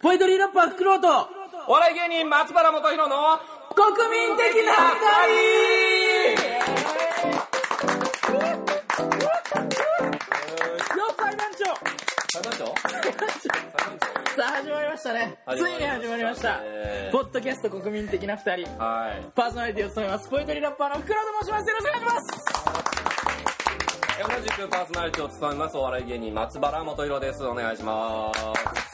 ポエトリーラッパーフクロウとお笑い芸人松原元弘の国民的な二人裁判長さあ始まりましたね。ついに始まりました、ポッドキャスト国民的な二人、はい、パーソナリティを務めますポエトリーラッパーのフクロウと申します。よろしくお願いします。 同じくパーソナリティを務めますお笑い芸人松原元弘です。お願いします。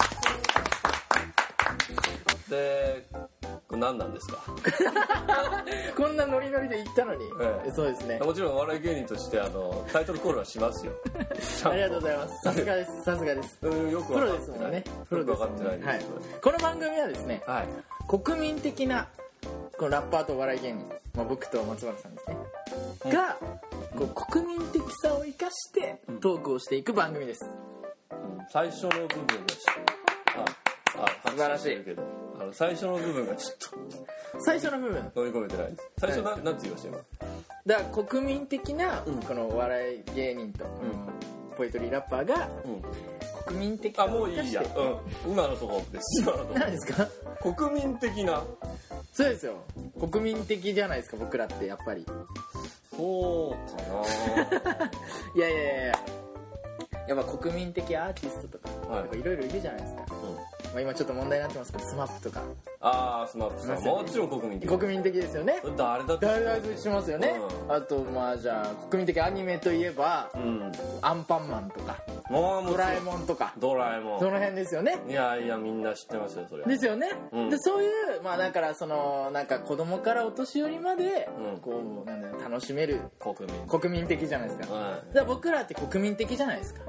で、これ何なんですかこんなノリノリで言ったのに、そうですね。 もちろんお笑い芸人としてタイトルコールはしますよありがとうございます。さすがです、さすがです。 よくプロですもんね。プロですもんね。はい。この番組はですね、はい、国民的なこのラッパーとお笑い芸人、僕と松原さんですね、がこう国民的さを生かしてトークをしていく番組です。 最初の部分が素晴らしい。 最初の部分がちょっと最初の部分飲み込めてないです。最初なんて言いました今。 だから国民的なこのお笑い芸人とポエトリーラッパーが国民的さを生かして、 今のところです。今のところ何ですか？ 国民的な。 そうですよ。国民的じゃないですか僕らってやっぱり。 そうかないややっぱ国民的アーティストとかいろいろいるじゃないですか。今ちょっと問題になってますけど、スマップとか。 スマップさんもちろん国民的。 国民的ですよね。 誰だってしますよね。あとじゃあ国民的アニメといえば、アンパンマンとかドラえもんとか。 ドラえもん。 その辺ですよね。 いやみんな知ってますよそれ。 ですよね。でそういうだからなんか子供からお年寄りまでこう楽しめる国民的じゃないですか。だから僕らって国民的じゃないですか。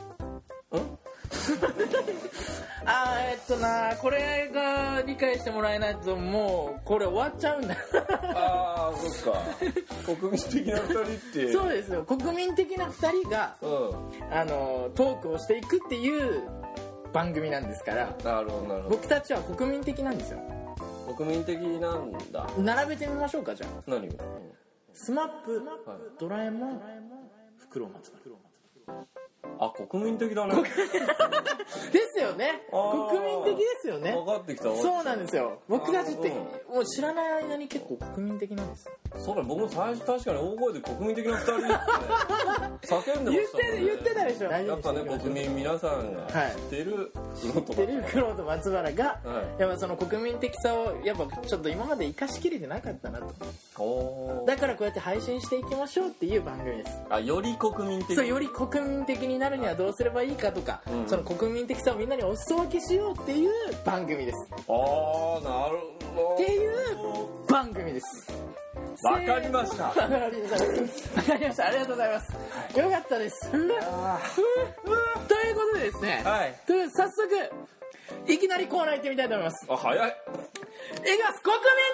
これが理解してもらえないともうこれ終わっちゃうんだそっか国民的な2人ってそうですよ。国民的な2人が、トークをしていくっていう番組なんですから。 なるほど僕たちは国民的なんですよ。 国民的なんだ。 並べてみましょうか。じゃあ何を、 スマップ、ドラえもん、フクロウ松原。 国民的だねですよね。国民的ですよね。 分かってきた。 そうなんですよ。僕たちってもう知らない間に結構国民的なんです。 そうだ、僕も最初確かに大声で国民的な2人って叫んでましたもんね。言ってたでしょ。 やっぱね、国民皆さんが知ってるフクロウと松原が、やっぱその国民的さをやっぱちょっと今まで生かしきれてなかったなと。だからこうやって配信していきましょうっていう番組です。 より国民的。 そう、より国民的になるにはどうすればいいかとか、その国民的さをみんなにお裾分けしようっていう番組です。 なるほど。 っていう番組です。 わかりました。 ありがとうございます。よかったです。ということでですね、早速いきなりコーナー行ってみたいと思います。 早い。 いきます。国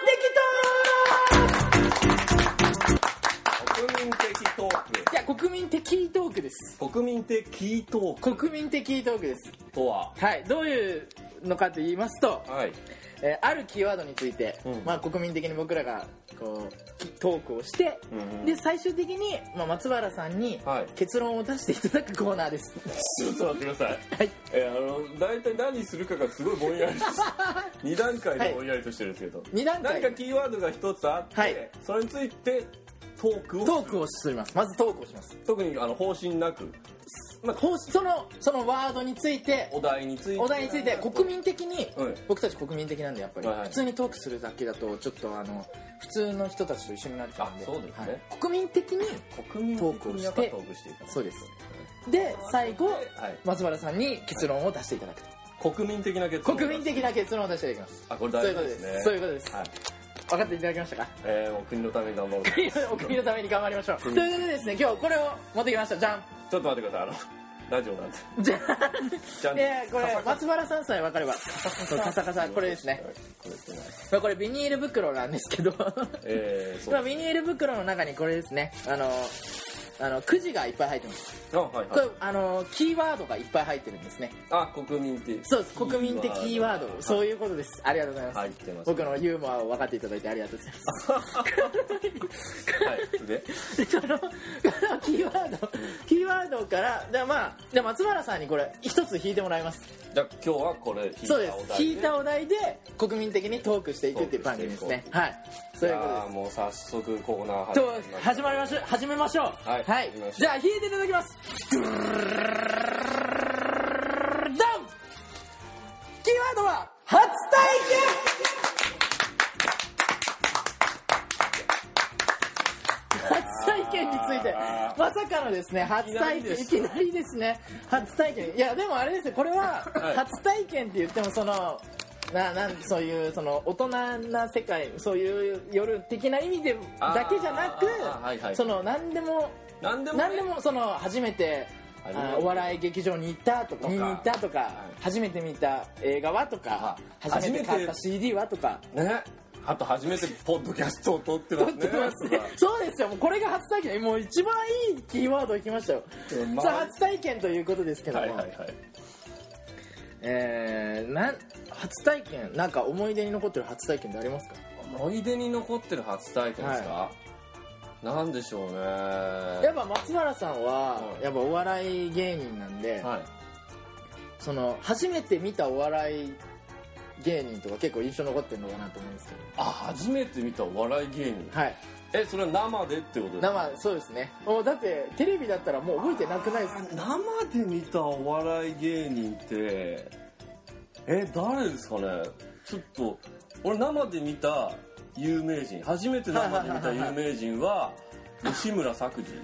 民的トーク。いや、国民的トークです。 国民的トーク。 国民的トークです。とは、どういうのかと言いますと、あるキーワードについて、国民的に僕らがこうトークをして、で最終的に、松原さんに結論を出していただくコーナーです。 ちょっと待ってください。大体何するかがすごいぼんやりです2段階でぼんやりとしてるんですけど、何かキーワードが一つあって、それについてトークをします。 まずトークをします。 特に方針なく、 そのワードについて、 お題について国民的に、僕たち国民的なんでやっぱり、普通にトークするだけだとちょっと普通の人たちと一緒になっちゃうんで、 そうですね。 国民的にトークをして、そうです。で最後、松原さんに結論を出していただくと。国民的な結論を出していただきます。 これ大事ですね。 そういうことです。分かっていただけましたか？ お国のために頑張ろう。 お国のために頑張りましょう。ということでですね、今日これを持ってきました。じゃん。 ちょっと待ってください。ラジオなんで。 じゃん。これ松原さんさえ分かれば。カサカサ、これですね。これビニール袋なんですけど、ビニール袋の中にこれですね。 くじがいっぱい入ってます。これキーワードがいっぱい入ってるんですね。 国民的。 そうです、国民的キーワード、そういうことです。ありがとうございます。入ってます。僕のユーモアを分かっていただいてありがとうございます。でこのキーワードからじゃあ松原さんにこれ一つ引いてもらいます。 じゃあ今日はこれそうです。引いたお題で国民的にトークしていくっていう番組ですね。はい。そういうことです。 もう早速コーナー始めましょう。はい。じゃあ引いていただきます。ドン。キーワードは初体験。初体験についてまさかのですね、初体験、いきなりですね、初体験。いやでもあれですよ、これは初体験って言ってもそういうその大人な世界、そういう夜的な意味でだけじゃなく、その何でもその初めてお笑い劇場に行ったとか見に行ったとか、初めて見た映画はとか、初めて買った CD はとかね。あと初めてポッドキャストを撮ってますね。 そうですよ、もうこれが初体験、もう一番いいキーワードいきましたよ。さあ初体験ということですけども、初体験、なんか思い出に残ってる初体験ってありますか？ 思い出に残ってる初体験ですか？なんでしょうね。 やっぱ松原さんはやっぱお笑い芸人なんで、その初めて見たお笑い芸人とか結構印象残ってるのかなと思うんですけど。 初めて見たお笑い芸人。それは生でってことですか？ そうですね。だってテレビだったらもう覚えてなくないですか？ 生で見たお笑い芸人って誰ですかね。ちょっと俺生で見た有名人、初めて生で見た有名人は吉村作治。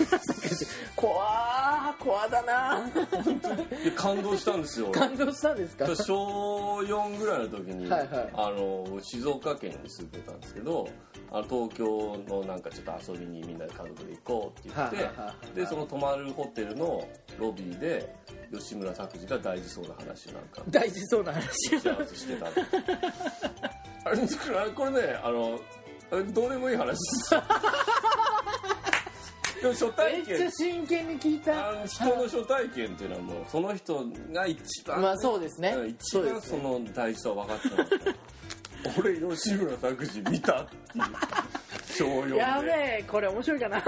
怖だな。 感動したんですよ。 感動したんですか？ 小4ぐらいの時に、静岡県に住んでたんですけど、東京のなんかちょっと遊びにみんなで家族で行こうって言って、でその泊まるホテルのロビーで吉村作治が大事そうな話なんか大事そうな話打ち合わせしてた。これね、どうでもいい話です。でも初体験、 めっちゃ真剣に聞いた。 人の初体験っていうのはもうその人が一番、 そうですね、 一番その大事さは分かったの。俺吉村作治見たっていう小4で。 やべえ、これ面白いかな。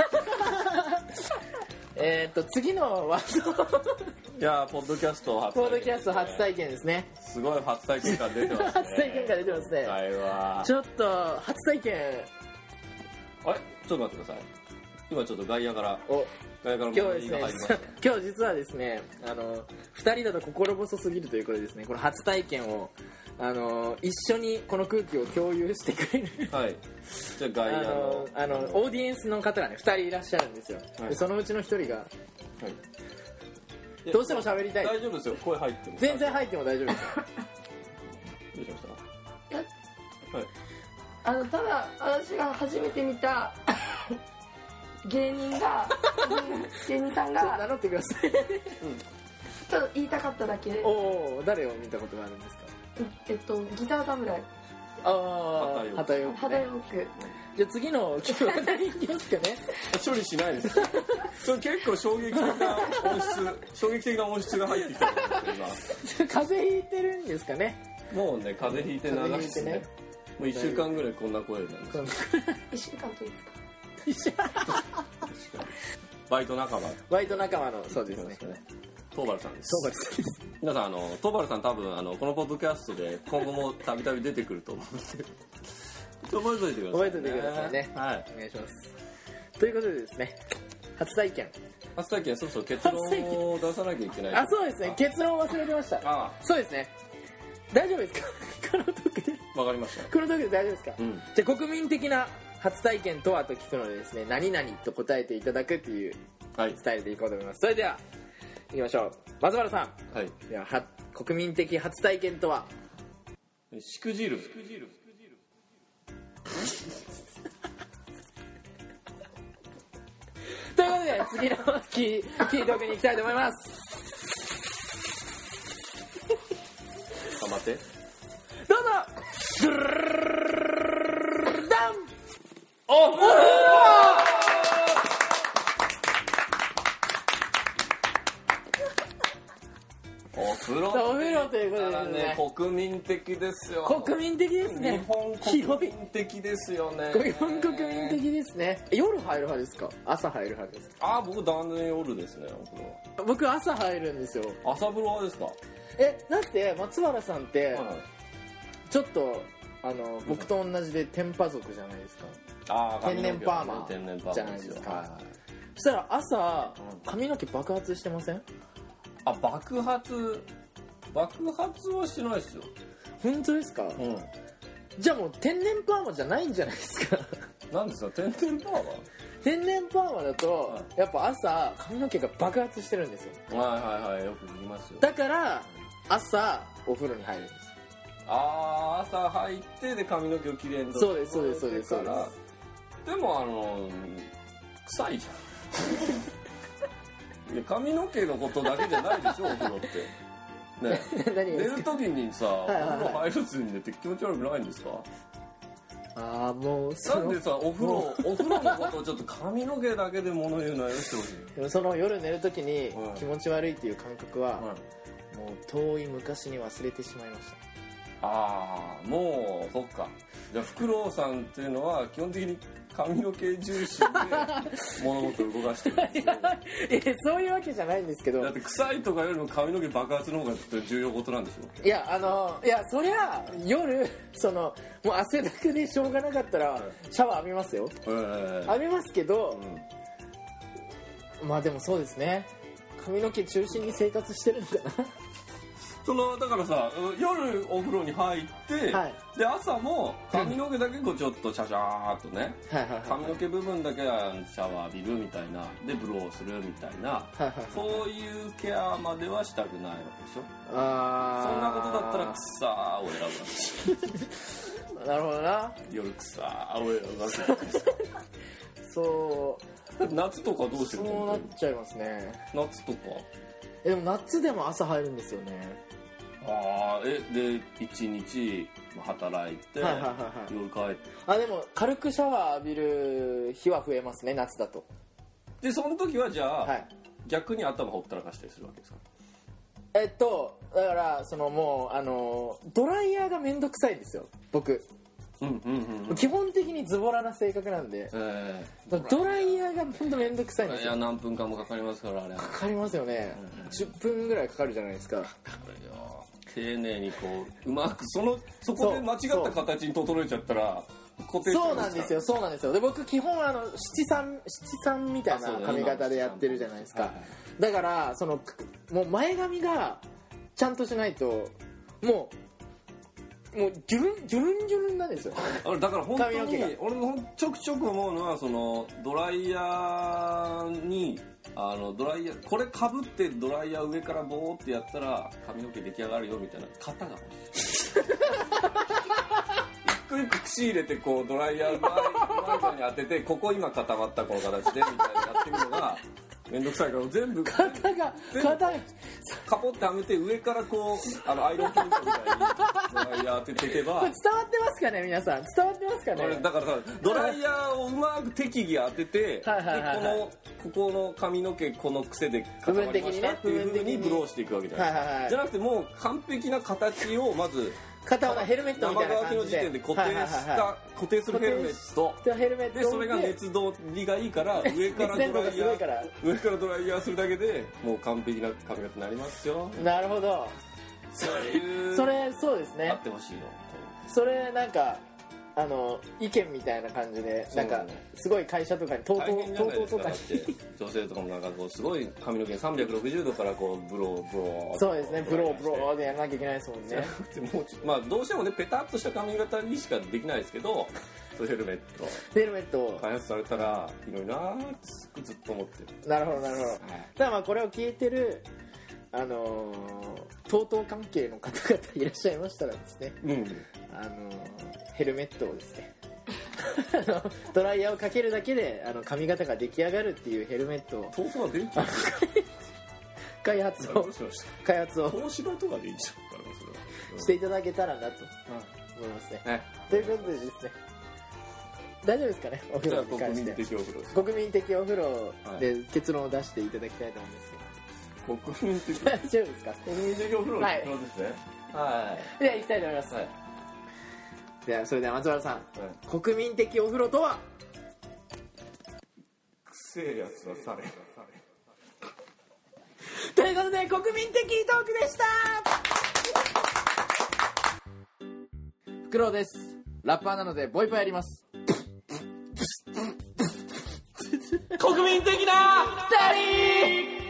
次のワード。 いやポッドキャスト初体験ですね。 すごい初体験感出てますね。 初体験感出てますね。ちょっと初体験。 ちょっと待ってください。今ちょっと外野から今日ですね、今日実はですね、2人だと心細すぎるということでですね、この初体験を一緒にこの空気を共有してくれる。 じゃあ外野のオーディエンスの方がね2人いらっしゃるんですよ。でそのうちの1人が、どうしても喋りたい。 大丈夫ですよ、声入っても全然入っても大丈夫ですよ。 どうしました？ ただ私が初めて見た芸人さんが名乗ってください。 ちょっと言いたかっただけで。 誰を見たことがあるんですか？ ギター侍。 旗よく。じゃあ次の話題に行きますかね。 処理しないです。それ結構衝撃的な音質が入ってきたと思って今。 風邪ひいてるんですかね。 もうね、風邪ひいて流してね。もう1週間ぐらいこんな声なんです。 1週間といいですか？ バイト仲間の、そうですね。 東原さんです。皆さん東原さん多分このポッドキャストで今後もたびたび出てくると思うので覚えといてくださいね。 覚えといてくださいね。お願いします。ということでですね、初体験、 そうそう、結論を出さなきゃいけない。 そうですね、結論忘れてました。そうですね、大丈夫ですか？このトークでわかりました。 このトークで大丈夫ですか？じゃあ国民的な初体験とはと聞くのでですね、何々と答えていただくっていうスタイルでいこうと思います。それでは行きましょう。松原さん、では国民的初体験とは？ しくじる。 ということで次のキートークに行きたいと思います。 頑張って。 どうぞ。ダン。 いうことですね。 国民的ですよ。 国民的ですね。 日本国民的ですよね。 日本国民的ですね。夜入る派ですか？朝入る派ですか？ 僕断然夜ですね。お風呂。 僕朝入るんですよ。 朝風呂派ですか？ だって松原さんって、ちょっと僕と同じで天パ族じゃないですか。天然パーマじゃないですか。そしたら朝髪の毛爆発してません？ 爆発はしてないですよ。 本当ですか？じゃあもう天然パーマじゃないんじゃないですか？ なんですか天然パーマ？ 天然パーマだとやっぱ朝髪の毛が爆発してるんですよ。 よく言いますよ。 だから朝お風呂に入るんです。 朝入ってで髪の毛をきれいにそうです。 でも臭いじゃん。いや髪の毛のことだけじゃないでしょお風呂ってね。寝る時にさお風呂入るずに寝て気持ち悪くないんですか？ もうなんでさお風呂のことをちょっと髪の毛だけで物言うのはよしてほしい。 でもその夜寝る時に気持ち悪いっていう感覚は、もう遠い昔に忘れてしまいました。 もうそっか。じゃあフクロウさんっていうのは基本的に髪の毛重心で物事を動かしてるんですよ。 そういうわけじゃないんですけど。 だって臭いとかよりも髪の毛爆発の方が重要事なんでしょ。 いやそりゃ夜もう汗だくでしょうがなかったらシャワー浴びますよ。浴びますけど、でもそうですね。髪の毛中心に生活してるのかな。 だからさ夜お風呂に入って、で朝も髪の毛だけちょっとシャシャーっとね、髪の毛部分だけはシャワー浴びるみたいなでブローするみたいな、そういうケアまではしたくないわけでしょ。そんなことだったら草を選ぶわけ。なるほどな。 夜草を選ぶわけです。夏とかどうしてるの？ そうなっちゃいますね。 夏とかでも夏でも朝入るんですよね。 で一日働いて、夜帰ってでも軽くシャワー浴びる日は増えますね夏だと。 でその時はじゃあ、逆に頭ほったらかしたりするわけですか？ だからもうドライヤーがめんどくさいんですよ僕。基本的にズボラな性格なんで、ドライヤーが本当めんどくさいんですよ。 何分間もかかりますからあれ。 かかりますよね。10分ぐらいかかるじゃないですか。 丁寧にうまくそこで間違った形に整えちゃったら固定しちゃそうなんですよ。で僕基本七三みたいな髪型でやってるじゃないですか。だからもう前髪がちゃんとしないともうジュルンなんですよ。 だから本当に俺もちょくちょく思うのはドライヤーにドライヤーこれかぶってドライヤー上からボーってやったら髪の毛出来上がるよみたいな型が欲しい。一個一個串入れてドライヤーうまいのに当ててここ今固まったこの形でみたいなやってみるのがめんどくさいから全部型カポってはめて上からアイロンポイントみたいにドライヤー当てていけば。 これ伝わってますかね皆さん？伝わってますかね？ だからさドライヤーをうまく適宜当てて、ここの髪の毛この癖で固まりましたっていう風にブローしていくわけじゃないですか。じゃなくてもう完璧な形をまず片方のヘルメットみたいな感じで生乾きの時点で固定するヘルメットでそれが熱通りがいいから上からドライヤーするだけでもう完璧な髪型になりますよ。 なるほど。そうですね。 あってほしいの。 それ意見みたいな感じですごい会社とかにとかに女性とかもすごい髪の毛360度からブローそうですねブローでやらなきゃいけないですもんね。 どうしてもねペタッとした髪型にしかできないですけどヘルメットを開発されたらいいのになーってずっと思ってる。 なるほど。ただこれを聞いてるTOTO関係の方々いらっしゃいましたらですね、ヘルメットをですねドライヤーをかけるだけで髪型が出来上がるっていうヘルメットを TOTOは電気開発を東芝とかでいいじゃんしていただけたらなと思いますね。ということでですね大丈夫ですかねお風呂に関して国民的お風呂で結論を出していただきたいと思いますけど。 国民的大丈夫ですか？ 国民的お風呂の結論ですね。 では行きたいと思います。ではそれでは松原さん、国民的お風呂とは？ くせえやつはされ。 ということで国民的トークでした。フクロウです。ラッパーなのでボイパやります。 国民的な 2人。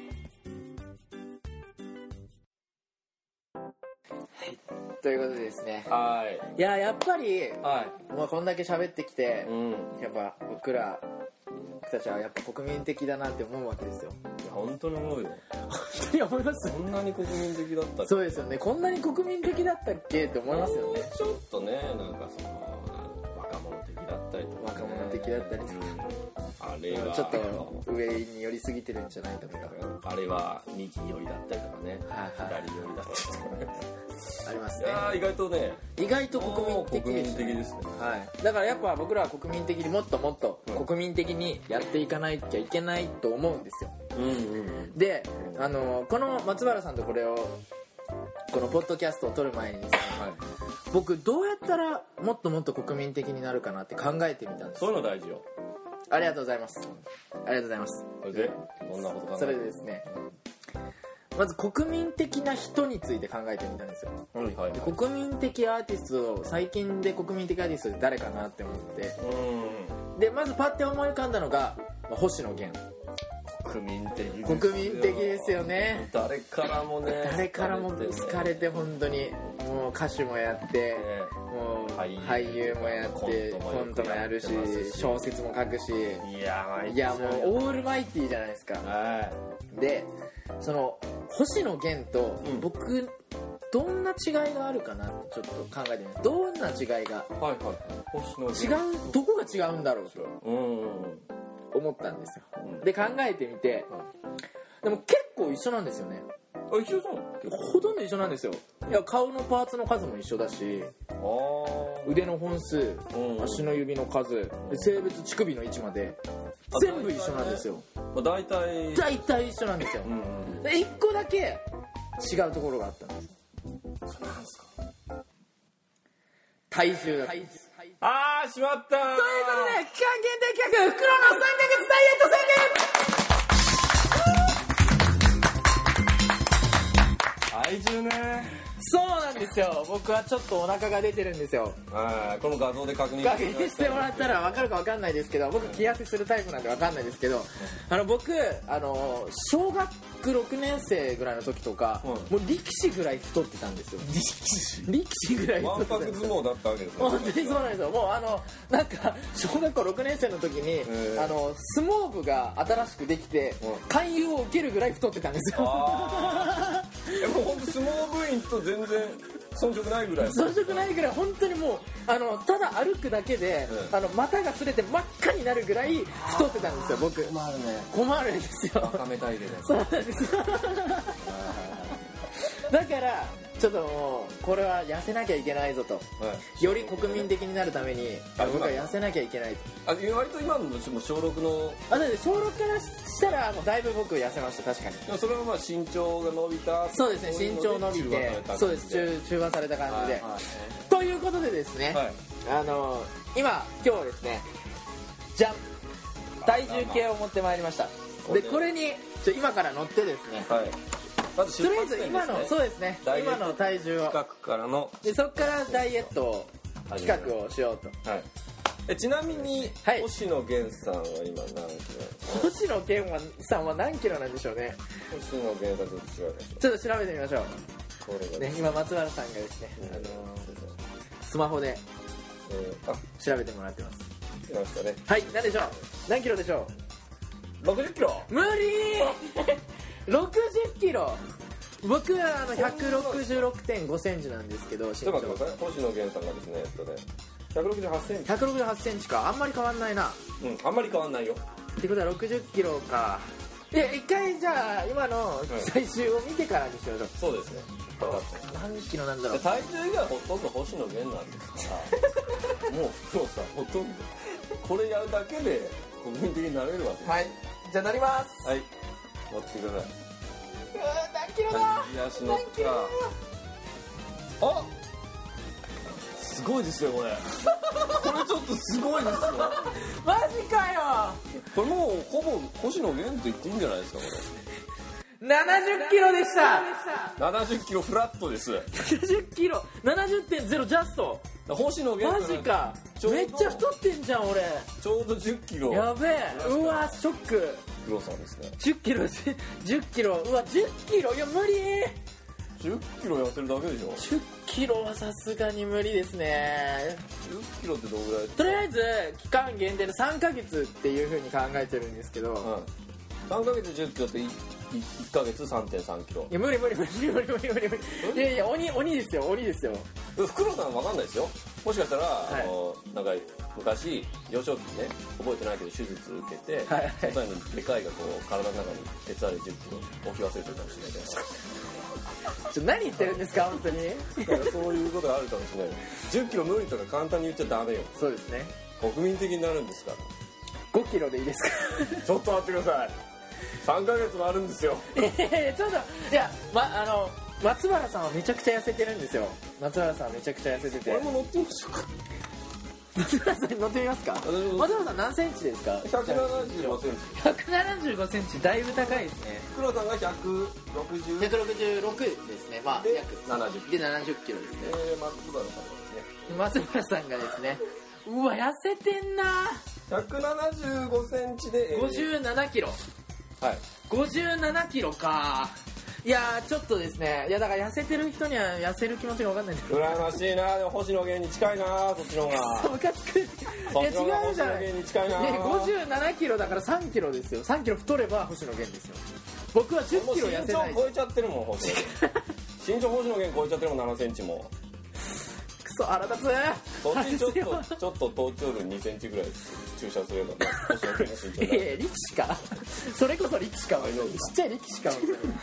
ということでですね。いややっぱり、もうこんだけ喋ってきて、やっぱ僕たちはやっぱ国民的だなって思うわけですよ。 本当に思うよ。 本当に思います。 そんなに国民的だったっけ？ そうですよね。こんなに国民的だったっけって思いますよね。 ちょっとね、なんかその若者的だったりとか、 若者的だったりとか、 あれはちょっと上に寄りすぎてるんじゃないとか、 あれは右寄りだったりとかね、左寄りだったりとかね、 ありますね。 いや意外とね、 意外と国民的ですね。 だからやっぱ僕らは国民的にもっともっと国民的にやっていかなきゃいけないと思うんですよ。で、この松原さんとこのポッドキャストを撮る前にですね、僕どうやったらもっともっと国民的になるかなって考えてみたんです。 そういうの大事よ。 ありがとうございます。ありがとうございます。 それでどんなこと考えて？ それでですね、まず国民的な人について考えてみたんですよ。で国民的アーティスト、最近で国民的アーティストって誰かなって思って、でまずパッて思い浮かんだのが、星野源。 国民的ですよね。 誰からも好かれて、本当にもう歌手もやって、もう俳優もやって、コントもやるし、小説も書くし、いやもうオールマイティーじゃないですか。でその星野源と僕、どんな違いがあるかなってちょっと考えてみます。どんな違いが、どこが違うんだろうと思ったんですよ。で考えてみて、でも結構一緒なんですよね。 一緒そう？ ほとんど一緒なんですよ。いや顔のパーツの数も一緒だし、腕の本数、足の指の数、性別、乳首の位置まで全部一緒なんですよ。 大体一緒なんですよ。で1個だけ違うところがあったんです。 それなんですか？ 体重だったんです。 しまったー。ということで期間限定企画、フクロウの3ヶ月ダイエット宣言。体重ね。 そうなんですよ。僕はちょっとお腹が出てるんですよ。 この画像で確認してもらったら分かるか分かんないですけど、僕気痩せするタイプなんで分かんないですけど、僕小学6年生ぐらいの時とか、もう力士ぐらい太ってたんですよ。力士ぐらい太ってたんですよ。 わんぱく相撲だったわけですよ。 本当にそうなんですよ。もうなんか小学校6年生の時に相撲部が新しくできて、勧誘を受けるぐらい太ってたんですよ。 もう本当相撲部員と全然遜色ないぐらい本当にもうただ歩くだけで、股が擦れて真っ赤になるぐらい太ってたんですよ。僕困るんですよ。 赤目体でね。 そうなんですよ。だからちょっともうこれは痩せなきゃいけないぞと、より国民的になるために僕は痩せなきゃいけない。 割と今の小6の小6からしたらもうだいぶ僕痩せました。確かに。 でもそれは身長が伸びた。 そうですね、身長伸びて、そうです、中和された感じで、ということでですね、今日はですね、じゃん、体重計を持ってまいりました。でこれに今から乗ってですね、とりあえず今のそうですね、今の体重を企画からので、そこからダイエット企画をしようと。 ちなみに星野源さんは今何キロ？ 星野源さんは何キロなんでしょうね。 星野源さんと違うでしょ。 ちょっと調べてみましょう。ね、今松原さんがですね、スマホで調べてもらってます。 来ましたね。 はい、何でしょう。何キロでしょう？60キロ。 無理。60キロ。僕は166.5 センチなんですけど、 ちょっと待ってください。星野源さんがですね、168センチ。 168センチか。あんまり変わんないな。 あんまり変わんないよ。 ってことは60キロか。で、一回じゃあ今の体重を見てからにしようと。 そうですね。 何キロなんだろう。 体重以外はほとんど星野源なんですからもう今日さ、ほとんどこれやるだけで国民的になれるわけ。 はい、じゃあ乗ります。 はい、乗ってください。 何キロだ。 右足乗った。 あ、すごいですよこれこれちょっとすごいですよマジかよ。 これもうほぼ星野源と言っていいんじゃないですかこれ。 70キロでした。 70キロフラットです。 70キロ 70.0 ジャスト。 星野源マジか。めっちゃ太ってんじゃん俺。 ちょうど10キロ。 やべえ。うわショック。 黒さんですね。 10キロ10キロ。うわ10キロ。いや無理。 10キロ痩せるだけでしょ。 10キロはさすがに無理ですね。 10キロってどのぐらい？ とりあえず期間限定で3ヶ月っていう風に考えてるんですけど、 3ヶ月10キロって1ヶ月 3.3 キロ。 いや無理。いやいや鬼ですよ。 袋さん分かんないですよ。もしかしたら、なんか昔幼少期にね覚えてないけど手術受けて、その際にでかいがこう体の中に鉄ある10キロ置き忘れてるかもしれないけど何言ってるんですか本当に。 そういうことがあるかもしれない。10キロ無理とか簡単に言っちゃダメよ。 そうですね。 国民的になるんですから 5キロでいいですかちょっと待ってください。3ヶ月もあるんですよ。 ちょっといや、松原さんはめちゃくちゃ痩せてるんですよ。松原さんはめちゃくちゃ痩せてて。 これも乗ってみましょうか。 松原さんに乗ってみますか。松原さん何センチですか。 175センチ。175センチだいぶ高いですね。 黒さんが166 ですね。まあ約 70 で70キロですね。 松原さんがですね。 松原さんがですね。うわ痩せてんな。 175センチで 57キロ。はい。57キロか。いやちょっとですね。いやだから痩せてる人には痩せる気持ちが分かんないんですけど。 羨ましいな。でも星野源に近いな。そっちの方が。 ムカつく。いや違うじゃない。 星野源に近いな。 57キロだから3キロですよ。3キロ太れば星野源ですよ。僕は10キロ痩せない。 身長超えちゃってるもん星野源。身長星野源超えちゃってるもん7センチも。 クソ腹立つ。 そっちちょっと頭頂部2センチぐらい注射すればね。星野源の身長になる。 力士か。それこそ力士か。ちっちゃい力士か。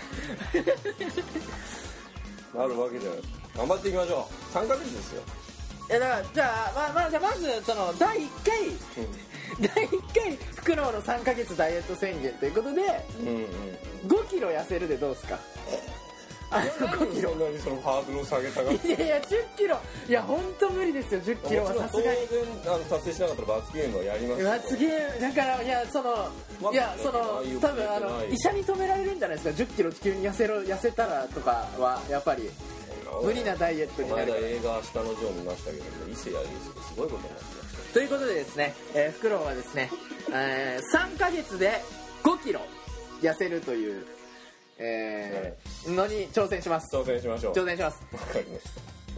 なるわけじゃない。頑張っていきましょう。3ヶ月ですよ。 いやだからじゃあまずその第1回フクロウの3ヶ月ダイエット宣言ということで、5キロ痩せるでどうですか。 5キロ何そのハードルを下げたがって。 いや10キロいや本当無理ですよ。10キロはさすがに当然達成しなかったら罰ゲームはやりますよ。 罰ゲームだからいやその多分医者に止められるんじゃないですか。10キロ急に痩せたらとかはやっぱり無理なダイエットになる。 この間映画「明日のジョー」見ましたけど伊勢やりすごいことになってました。 ということでですね、フクロウはですね、3ヶ月で5キロ痩せるというのに挑戦します。 挑戦しましょう。 挑戦します。 わかりました。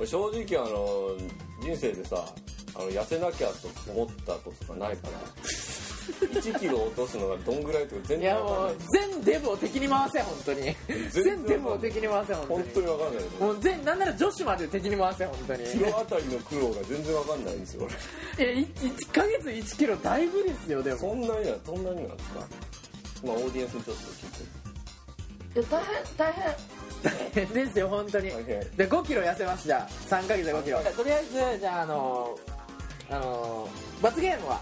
正直人生でさ痩せなきゃと思ったことがないから1キロ落とすのがどんぐらいとか全然わかんない。 いやもう全デブを敵に回せ本当に。全デブを敵に回せ本当にわかんない。 もうなんなら女子まで敵に回せ本当に。 キロあたりの苦労が全然わかんないんですよ俺。1ヶ月1キロだいぶですよ。でもそんなになんですか。まあオーディエンスにちょっと聞いて。 大変ですよ本当に。で5キロ痩せます。じゃあ3ヶ月で5キロ。とりあえずじゃあ罰ゲームは、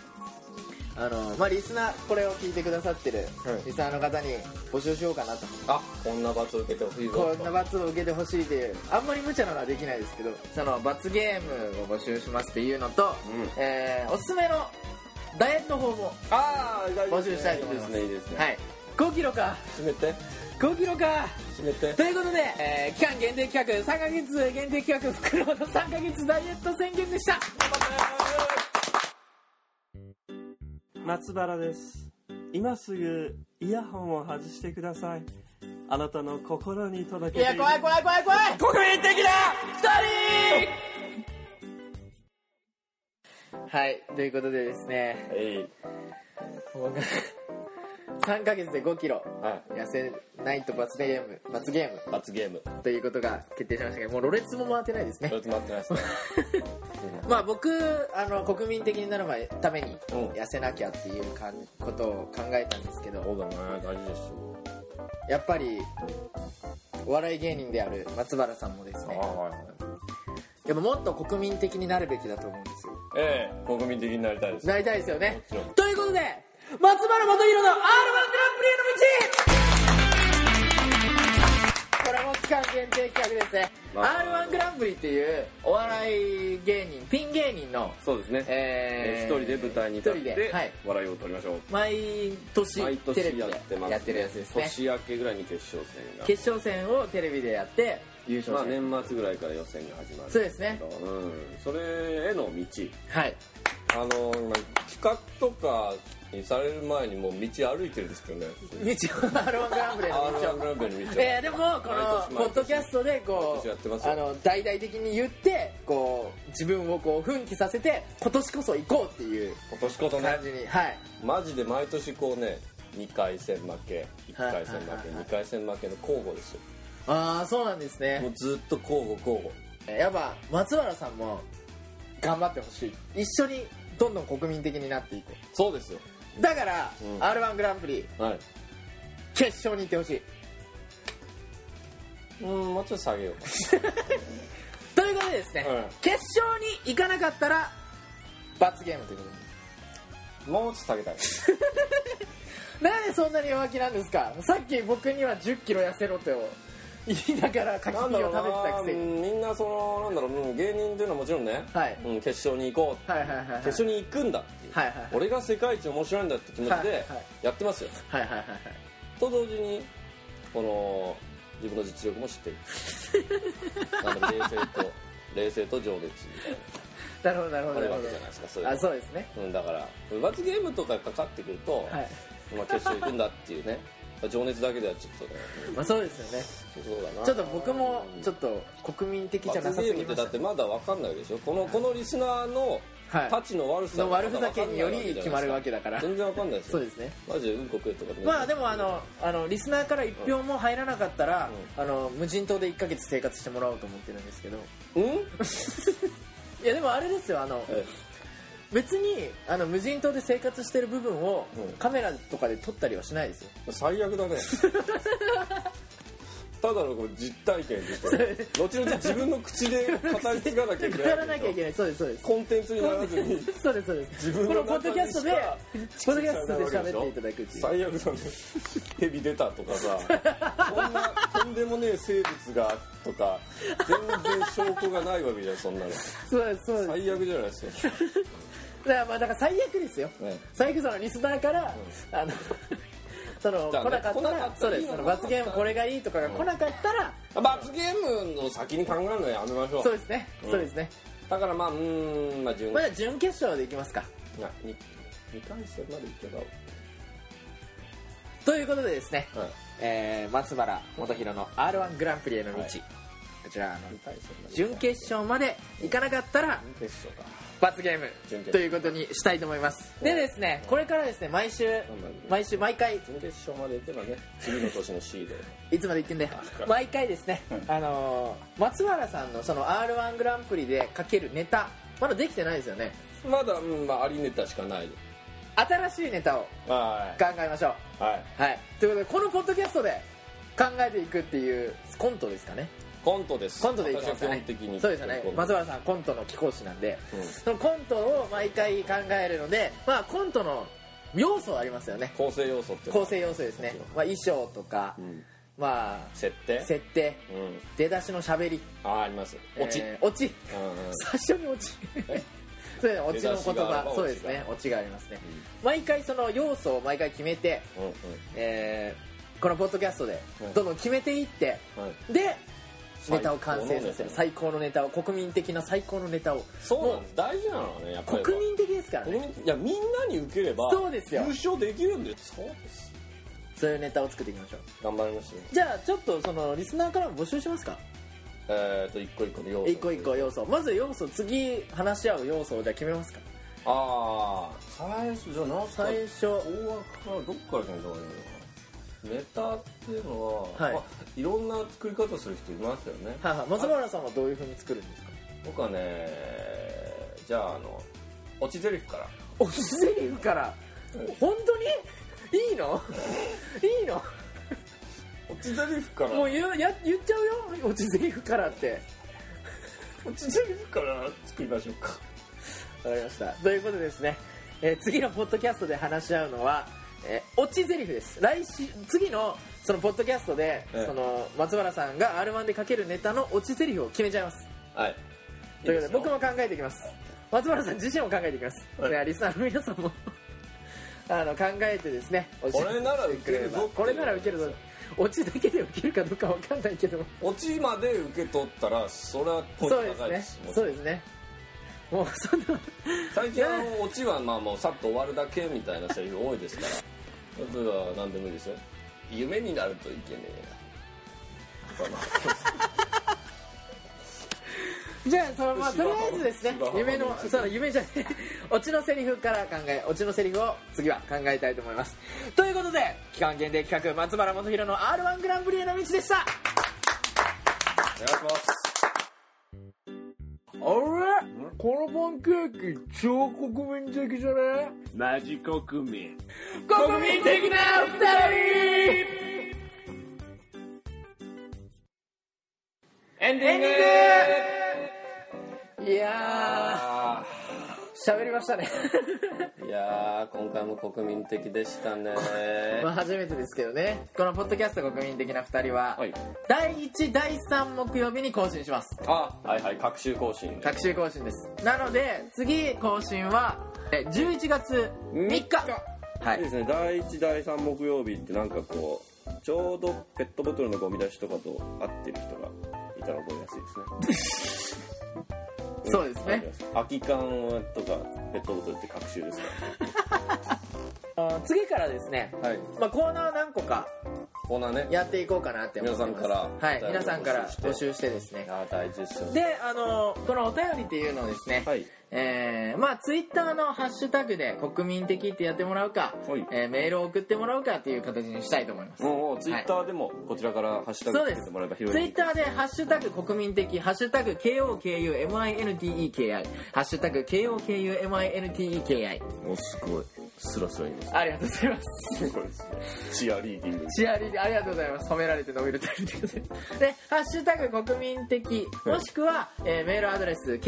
リスナーこれを聞いてくださってるリスナーの方に募集しようかなと。 こんな罰を受けてほしいぞ。 こんな罰を受けてほしいっていうあんまり無茶なのはできないですけど、その罰ゲームを募集しますっていうのと、おすすめのダイエット法も募集したいと思います。 いいですね。 はい。5キロか。 締めて。 5キロか。 締めて。 ということで、期間限定企画3ヶ月限定企画フクロウの3ヶ月ダイエット宣言でした。 松原です。今すぐイヤホンを外してください。あなたの心に届けている。 いや怖い国民的な2人。はい、ということでですね、3ヶ月で5キロ痩せないと罰ゲームということが決定しましたけど、もうろれつも回ってないですね。 ろれつ回ってないですねまあ僕国民的になるために痩せなきゃっていうことを考えたんですけど、 そうだね、大事ですよ。 やっぱりお笑い芸人である松原さんもですね、やっぱもっと国民的になるべきだと思うんですよ。 国民的になりたいです。 なりたいですよね。ということで松原元宏の R1 グランプリへの道。これもも期間限定企画ですね、R1 グランプリっていうお笑い芸人ピン芸人のそうですね、一人で舞台に立って笑いを取りましょう。 毎年テレビでやってるやつですね。 年明けぐらいに決勝戦をテレビでやって優勝戦、 年末ぐらいから予選が始まる。 そうですね、 それへの道、 はい、 企画とかにされる前にもう道歩いてるんですけどね。 道を R1 グランプリの道でもこのポッドキャストでこう大々的に言ってこう自分をこう奮起させて今年こそ行こうっていう感じに、はい、 マジで毎年こうね2回戦負け1回戦負け2回戦負けの交互ですよ。 ああそうなんですね。 もうずっと交互やっぱ松原さんも頑張ってほしい。一緒にどんどん国民的になっていこう。 そうですよ。 だから、R1 グランプリ、決勝に行ってほしい。 もうちょっと下げようかということでですね、決勝に行かなかったら罰ゲームということで、もうちょっと下げたいなんでそんなに弱気なんですか。さっき僕には10キロ痩せろと言いながら柿ピーを食べてたくせに。 みんなそのなんだろう、芸人っていうのはもちろんね、決勝に行こう、決勝に行くんだっていう、俺が世界一面白いんだって気持ちでやってますよ。と同時にこの自分の実力も知ってる冷静と情熱みたいな。なるほどなるほど。 あるわけじゃないですか。 そうですね。 だから罰ゲームとかかかってくると、決勝行くんだっていうね情熱だけではちょっとね、 そうですよね。 そうだな。 ちょっと僕もちょっと国民的じゃなさすぎました。罰ゲームってだってまだ分かんないでしょ。このリスナーのタチの悪さの悪ふざけにより決まるわけだから全然分かんないですよ。 そうですね。 マジでうんこ食えとかまあでもリスナーから1票も入らなかったら、無人島で1ヶ月生活してもらおうと思ってるんですけど。いやでもあれですよ、別に無人島で生活してる部分をカメラとかで撮ったりはしないですよ。 最悪だねただの実体験でして後々自分の口で語り継がなきゃいけない。 やらなきゃいけない。そうですそうです。 コンテンツにならずにそうですそうです。このポッドキャストで喋っていただくっていう。 最悪だね。ヘビ出たとかさこんなとんでもねえ生物がとか全然証拠がないわけじゃんそんなの。 そうですそうです。 最悪じゃないですか。 だから最悪ですよ。最悪そのリスナーから来なかったらそうです。罰ゲームこれがいいとかが来なかったら罰ゲームの先に考えるのやめましょう。 そうですね。そうですね。 だからまあ準決勝でいきますか。 2回戦までいけばということでですね、松原元弘の R1 グランプリへの道、こちら準決勝までいかなかったら罰ゲームということにしたいと思います。でですね、これからですね毎回準決勝までいけばね次の年のシードいつまでいってんだよ毎回ですね松原さんのその R1 グランプリでかけるネタまだできてないですよね。 まだありネタしかない。 新しいネタを考えましょう。ということでこのポッドキャストで考えていくっていうコントですかね。 コントです。 コントでいきますかね。そうですよね。松原さんコントの貴公子なんで、そのコントを毎回考えるので、コントの要素ありますよね。 構成要素って構成要素ですね。衣装とか、 設定、 出だしのしゃべり、 あります。オチ最初にオチそうですね、オチの言葉、そうですね、オチがありますね。毎回その要素を毎回決めて、このポッドキャストでどんどん決めていってでネタを完成させる最高のネタを、国民的な最高のネタを。 そうなんです。大事なのはね、やっぱり国民的ですからね。 いや、みんなに受ければそうですよ、 優勝できるんです。そうです。 そういうネタを作っていきましょう。 頑張りますよ。 じゃあちょっとそのリスナーからも募集しますか。 一個一個の要素、 一個一個要素、まず要素、次話し合う要素をじゃあ決めますか。 最初じゃな、 最初大枠からどっから決めた方がいいのかな。ネタっていうのは、いろんな作り方する人いますよね。 松原さんはどういう風に作るんですか。 僕はね、じゃあ落ち台詞から。 落ち台詞から、本当にいいのいいの落ち台詞からもう言っちゃうよ、落ち台詞からって。 落ち台詞から作りましょうか。 わかりました。ということでですね、次のポッドキャストで話し合うのは、落ち台詞です。次のそのポッドキャストで、その松原さんが R1 でかけるネタのオチセリフを決めちゃいます。 はい。 ということで僕も考えていきます。松原さん自身も考えていきます。ではリスナーの皆さんも考えてですね。 これなら受けるぞ。 これなら受けるぞ。オチだけで受けるかどうかわかんないけど。 オチまで受け取ったらそれはポイント高いです。 そうですね。もうそんな最近オチはまあもうさっと終わるだけみたいなセリフ多いですから。それは何でもいいですよ。夢になるといけねえな。 じゃあとりあえずですね、夢じゃねえオチのセリフからオチのセリフを次は考えたいと思います。ということで期間限定企画松原元弘の R1 グランプリへの道でした。 お願いします。 あれこのパンケーキ超国民的じゃね？ マジ国民的な二人。エンディング。いやー喋りましたね。 いやー今回も国民的でしたね。 まあ初めてですけどね。このポッドキャスト国民的な2人は、はい、第1第3木曜日に更新します。 はいはい、各週更新です。なので次更新は11月3日。 はい、いいですね。第1第3木曜日ってなんかこうちょうどペットボトルのゴミ出しとかと会ってる人がいたら覚えやすいですね。 そうですね。 空き缶とかペットボトルって各週ですから次からですね、はい、まあ、コーナー何個かやっていこうかなって思ってます。皆さんから募集してですね。 大事ですよね。 でこのお便りっていうのをですね、はい、まあツイッターのハッシュタグで国民的ってやってもらうか、はい、メールを送ってもらうかっていう形にしたいと思います。 ツイッターでもこちらからハッシュタグつけてもらえば広い。 ツイッターでハッシュタグ国民的、ハッシュタグ KOKUMINTEKI、ハッシュタグ KOKUMINTEKI。 お、すごいスラスラいいです。 ありがとうございます。 チアリーディング。 ありがとうございます。褒められて伸びるタイプで。で、ハッシュタグ国民的、もしくは、メールアドレス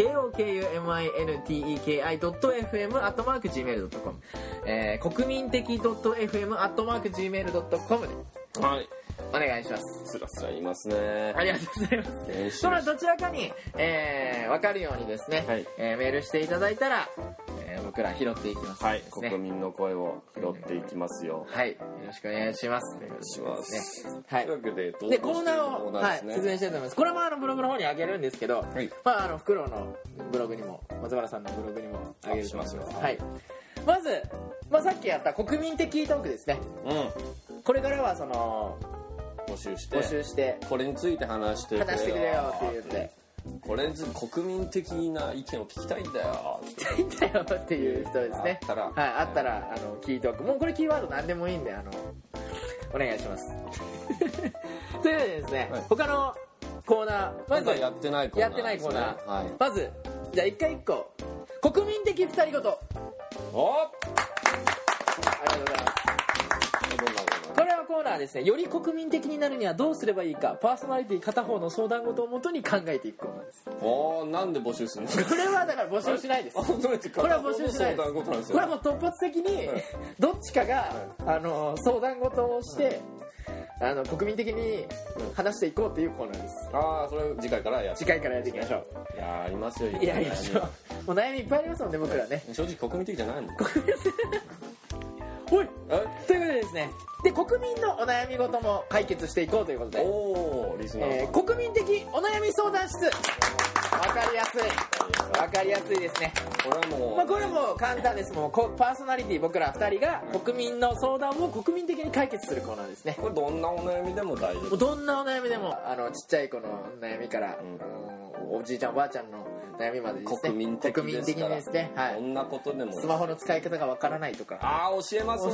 KOKUMINTEKI.fm@gmail.com、国民的 .fm@gmail.com で。 はい。 お願いします。 スラスラ言いますね。 ありがとうございます。そのどちらかに、分かるようにですね、はい、メールしていただいたら、僕ら拾っていきます、ね。 はい、国民の声を拾っていきますよ。 はい、よろしくお願いします。 お願いします。 はい。というわけで、コーナーを、はい、説明したいと思います。これもブログの方にあげるんですけど、はい、まあフクロウのブログにも、松原さんのブログにもあげると思います。はい。まず、さっきやった国民的トークですね。うん。これからは募集してこれについて話してくれよって言って、 これについて国民的な意見を聞きたいんだよっていう人ですね。あったら聞いておく。もうこれキーワード何でもいいんでお願いします。というわけでですね、はい、他のコーナー、 まずやってないコーナー、 はい、まずじゃあ一回一個国民的二人ごと。 お、 ありがとうございます。これはコーナーですね。より国民的になるにはどうすればいいか、パーソナリティ片方の相談事をもとに考えていくコーナーです。 なんで募集するの？ これはだから募集しないです。これは募集しないです。これはもう突発的にどっちかが相談事をして国民的に話していこうっていうコーナーです。 それを次回からやっていきましょう。 やりますよ。 やりましょう。もう悩みいっぱいありますもんね、僕らね。 正直国民的じゃないの。 おい、ということでですね、で国民のお悩み事も解決していこうということで、 リスナー国民的お悩み相談室。わかりやすいですね。これも簡単です。もうパーソナリティ僕ら2人が国民の相談を国民的に解決するコーナーですね。 これどんなお悩みでも大丈夫。 どんなお悩みでもちっちゃい子の悩みから、おじいちゃんおばあちゃんの悩みまでですね。国民的にですね。はい。 こんなことでも。 スマホの使い方がわからないとか。 教えます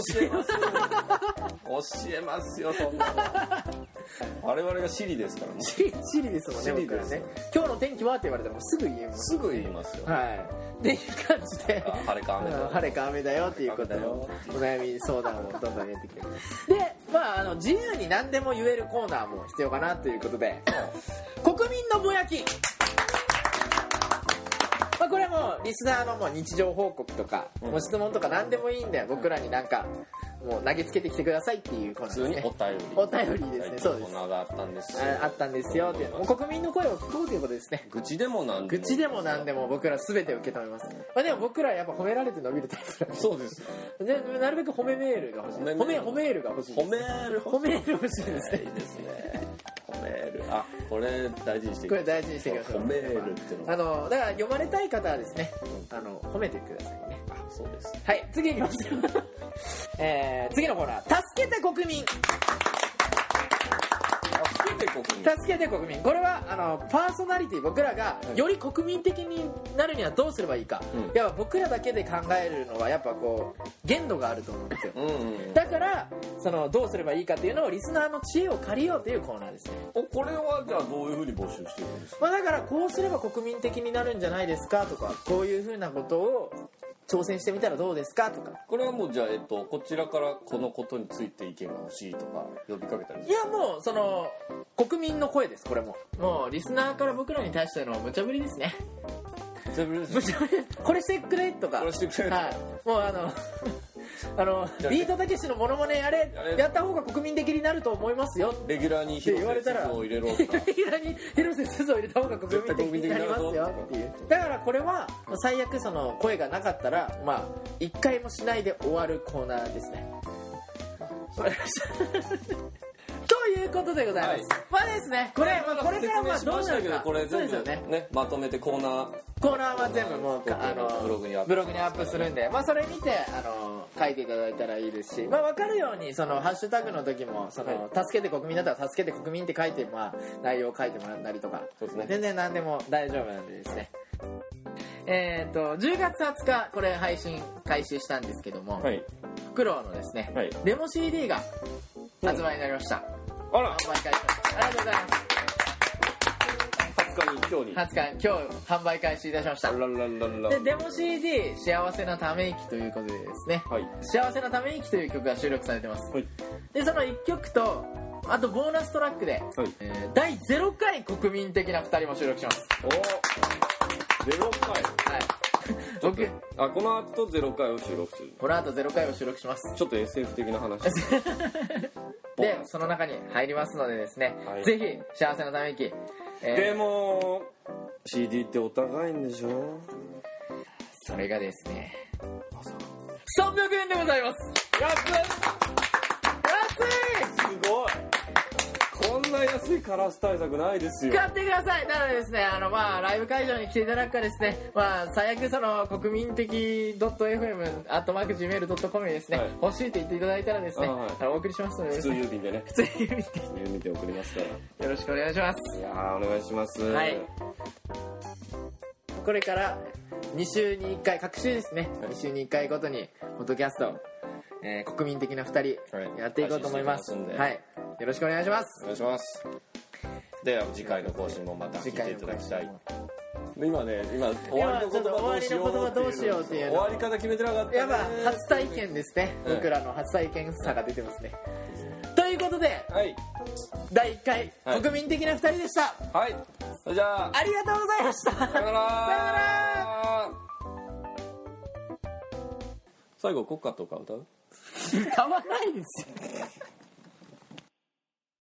よ、そんなの。我々がシリですからね。 シリですもんね、僕らね。今日の天気はって言われたらもうすぐ言えます。 すぐ言いますよ。 はい。っていう感じで。 晴れか雨だよっていうことを、お悩み相談をどんどんやってきてる。で、自由に何でも言えるコーナーも必要かなということで、国民のぼやき。これはもうリスナーのもう日常報告とか、もう質問とか何でもいいんだよ。僕らになんかもう投げつけてきてくださいっていうコーナーですね。 普通にお便りですね。そうです。 コーナーがあったんですあったんですよっていう、国民の声を聞こうということですね。 愚痴でもなんでも、 愚痴でもなんでも僕ら全て受け止めます。まあでも僕らやっぱ褒められて伸びるタイプなんで。 そうです。 でなるべく褒めメールが欲しい。褒めールが欲しい。 褒めール欲しいですね。 いいですね。褒めール。あ、これ大事にしていきましょう。 これ大事にしていきましょう。 褒めールっていうの。 だから読まれたい方はですね、褒めてくださいね。 あ、そうです。 はい、次いきますよ。次のコーナー、助けて国民。助けて国民。これはパーソナリティ、僕らがより国民的になるにはどうすればいいか、やっぱ僕らだけで考えるのはやっぱこう限度があると思うんですよ、だからどうすればいいかっていうのをリスナーの知恵を借りようというコーナーですね。 これはじゃあどういうふうに募集してるんですか？ だからこうすれば国民的になるんじゃないですかとか、こういうふうなことを挑戦してみたらどうですかとか。 これはもうじゃあ、こちらからこのことについて意見が欲しいとか呼びかけたり。 いやもう国民の声です。これもうリスナーから僕らに対しての無茶ぶりですね。無茶ぶりこれしてくれとか、 これしてくれ、 はい、もうビートたけしのモノマネやった方が国民的になると思いますよレギュラーに広瀬すずを入れろとか、 レギュラーに広瀬すずを入れた方が国民的になりますよっていう。だからこれは最悪声がなかったら一回もしないで終わるコーナーですね。わかりましたということでございます、まあですね、これからどうなるか、 これ全部ねまとめてコーナーは全部もうブログにアップするんで、それ見て書いていただいたらいいですし、分かるようにハッシュタグの時も助けて国民だったら助けて国民って書いて内容を書いてもらったりとか、全然何でも大丈夫なんでですね。10月20日これ配信開始したんですけども、フクロウのですね、デモ CD が発売になりました。 あら、 販売開始。ありがとうございます。20日今日販売開始いたしました。でデモ CD 幸せなため息ということでですね、幸せなため息という曲が収録されてます、でその1曲とあとボーナストラックで、第0回国民的な2人も収録します。 0回、僕この後0回を収録する。 この後0回を収録します。 ちょっと SF 的な話でその中に入りますのでですね、ぜひ幸せなため息、 でも CD ってお高いんでしょ。 それがですね300円でございます。安いすごい。こんな安いカラス対策ないですよ。 買ってください。なのでですね、ライブ会場に来ていただくかですね、最悪国民的 .fm@gmail.com にですね、欲しいって言っていただいたらですね、お送りしますので、 普通郵便でね、 普通郵便で送りますから、 よろしくお願いします。 いやお願いします。 これから2週に1回、各週ですね、2週に1回ごとにポッドキャスト、国民的な2人やっていこうと思います。よろしくお願いします。 お願いします。では次回の更新もまた聞いていただきたい。今終わりの言葉どうしようっていう終わり方決めてなかったね。 やっぱ初体験ですね、僕らの初体験さが出てますね、ということで、第1回国民的な2人でした。 じゃあありがとうございました。 さよなら。最後国歌とか歌う？ 買わないですよ